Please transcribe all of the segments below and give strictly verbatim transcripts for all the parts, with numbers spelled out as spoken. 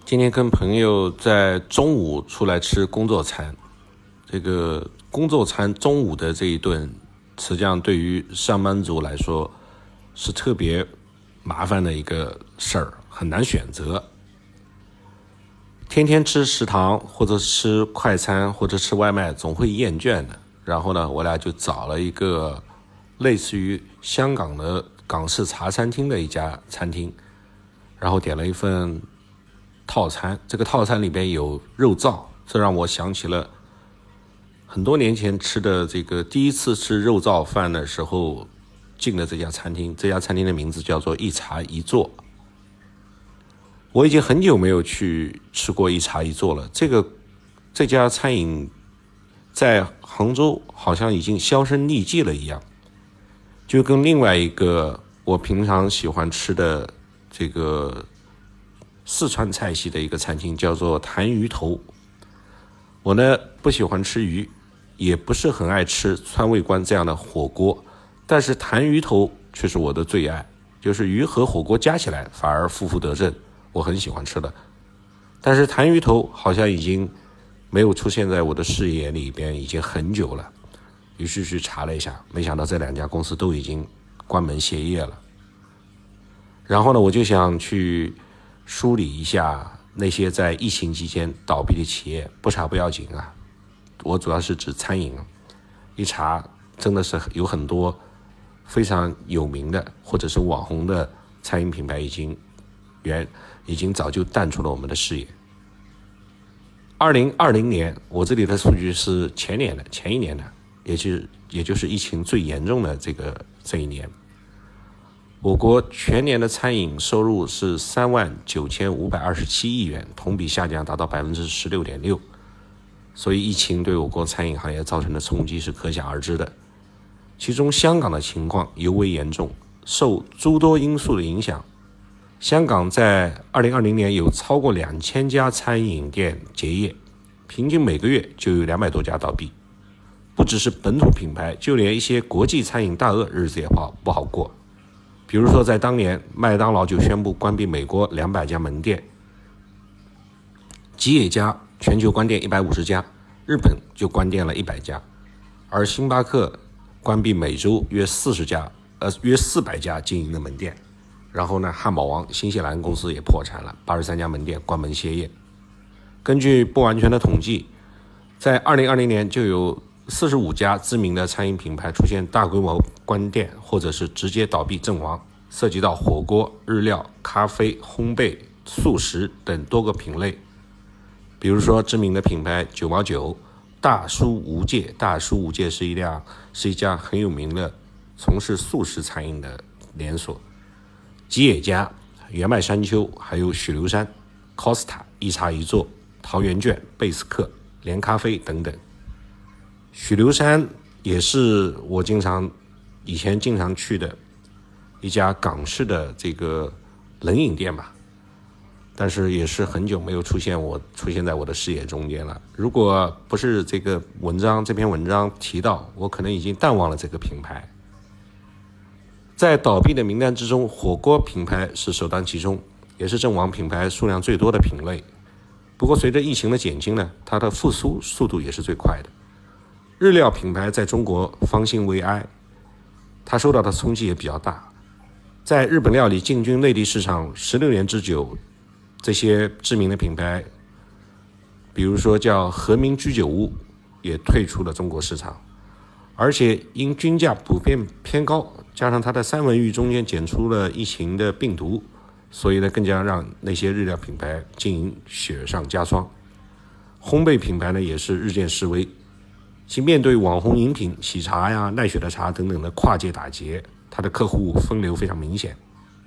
今天跟朋友在中午出来吃工作餐，这个工作餐中午的这一顿，实际上对于上班族来说是特别麻烦的一个事儿，很难选择。天天吃食堂或者吃快餐或者吃外卖总会厌倦的，然后呢，我俩就找了一个类似于香港的港式茶餐厅的一家餐厅，然后点了一份套餐，这个套餐里边有肉燥，这让我想起了很多年前吃的这个第一次吃肉燥饭的时候进的这家餐厅，这家餐厅的名字叫做一茶一座。我已经很久没有去吃过一茶一座了，这个这家餐饮在杭州好像已经销声匿迹了一样，就跟另外一个我平常喜欢吃的这个四川菜系的一个餐厅叫做谭鱼头。我呢不喜欢吃鱼，也不是很爱吃川味观这样的火锅，但是谭鱼头却是我的最爱，就是鱼和火锅加起来反而负负得正，我很喜欢吃的。但是谭鱼头好像已经没有出现在我的视野里边已经很久了，于是去查了一下，没想到这两家公司都已经关门歇业了。然后呢，我就想去梳理一下那些在疫情期间倒闭的企业，不查不要紧啊，我主要是指餐饮，一查真的是有很多非常有名的或者是网红的餐饮品牌已经原已经早就淡出了我们的视野。二零二零年，我这里的数据是前年的，前一年的，也就是也就是疫情最严重的这个这一年，我国全年的餐饮收入是三万九千五百二十七亿元，同比下降达到百分之十六点六。所以疫情对我国餐饮行业造成的冲击是可想而知的。其中香港的情况尤为严重，受诸多因素的影响，香港在二零二零年有超过两千家餐饮店结业，平均每个月就有两百多家倒闭。不只是本土品牌，就连一些国际餐饮大鳄日子也不好不好过。比如说在当年，麦当劳就宣布关闭美国两百家门店，吉野家全球关店一百五十家，日本就关店了一百家，而星巴克关闭美洲约四十家呃约四百家经营的门店。然后呢，汉堡王新西兰公司也破产了，八十三家门店关门歇业。根据不完全的统计，在二零二零年就有四十五家知名的餐饮品牌出现大规模关店或者是直接倒闭阵亡，涉及到火锅、日料、咖啡、烘焙、素食等多个品类。比如说知名的品牌九毛九、大叔无界，大叔无界是一辆是一家很有名的从事素食餐饮的连锁。吉野家、原麦山丘，还有许留山、Costa、一茶一座、桃源卷、贝斯克、连咖啡等等。许留山也是我经常以前经常去的一家港式的这个冷饮店吧，但是也是很久没有出现我出现在我的视野中间了。如果不是这个文章这篇文章提到，我可能已经淡忘了这个品牌。在倒闭的名单之中，火锅品牌是首当其冲，也是阵亡品牌数量最多的品类。不过随着疫情的减轻呢，它的复苏速度也是最快的。日料品牌在中国方兴未艾，它受到的冲击也比较大。在日本料理进军内地市场十六年之久，这些知名的品牌，比如说叫和民居酒屋，也退出了中国市场。而且因均价普遍偏高，加上它的三文鱼中间检出了疫情的病毒，所以呢更加让那些日料品牌经营雪上加霜。烘焙品牌呢也是日渐式微，其面对网红饮品、喜茶呀、奈雪的茶等等的跨界打劫，它的客户分流非常明显。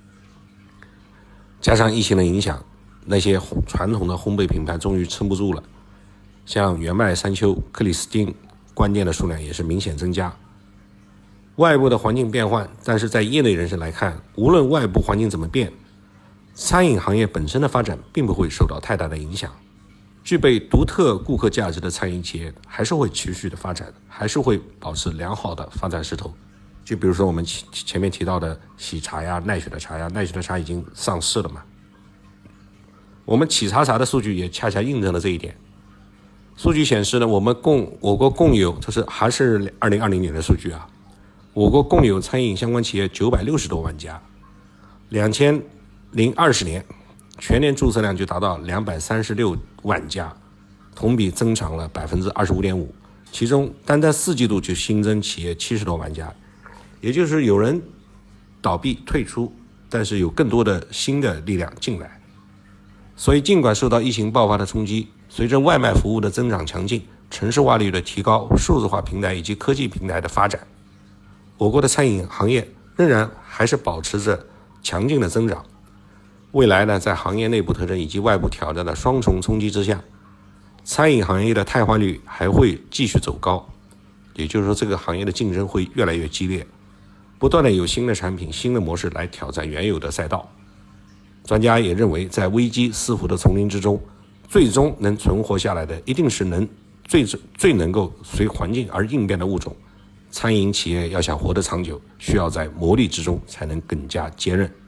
加上疫情的影响，那些传统的烘焙品牌终于撑不住了，像原麦山丘、克里斯汀关店的数量也是明显增加。外部的环境变换，但是在业内人士来看，无论外部环境怎么变，餐饮行业本身的发展并不会受到太大的影响。具备独特顾客价值的餐饮企业还是会持续的发展，还是会保持良好的发展势头。就比如说我们前面提到的喜茶呀、奈雪的茶呀，奈雪的茶已经上市了嘛。 我们企查查的数据也恰恰印证了这一点。数据显示呢，我们共我国共有，这是还是二零二零年的数据啊，我国共有餐饮相关企业九百六十多万家，两千零二十年全年注册量就达到两百三十六万家，同比增长了百分之二十五点五。其中单单四季度就新增企业七十多万家，也就是有人倒闭退出，但是有更多的新的力量进来。所以尽管受到疫情爆发的冲击，随着外卖服务的增长强劲，城市化率的提高，数字化平台以及科技平台的发展，我国的餐饮行业仍然还是保持着强劲的增长。未来呢，在行业内部特征以及外部挑战的双重冲击之下，餐饮行业的汰换率还会继续走高，也就是说这个行业的竞争会越来越激烈，不断的有新的产品、新的模式来挑战原有的赛道。专家也认为，在危机四伏的丛林之中，最终能存活下来的一定是能最最能够随环境而应变的物种。餐饮企业要想活得长久，需要在磨砺之中才能更加坚韧。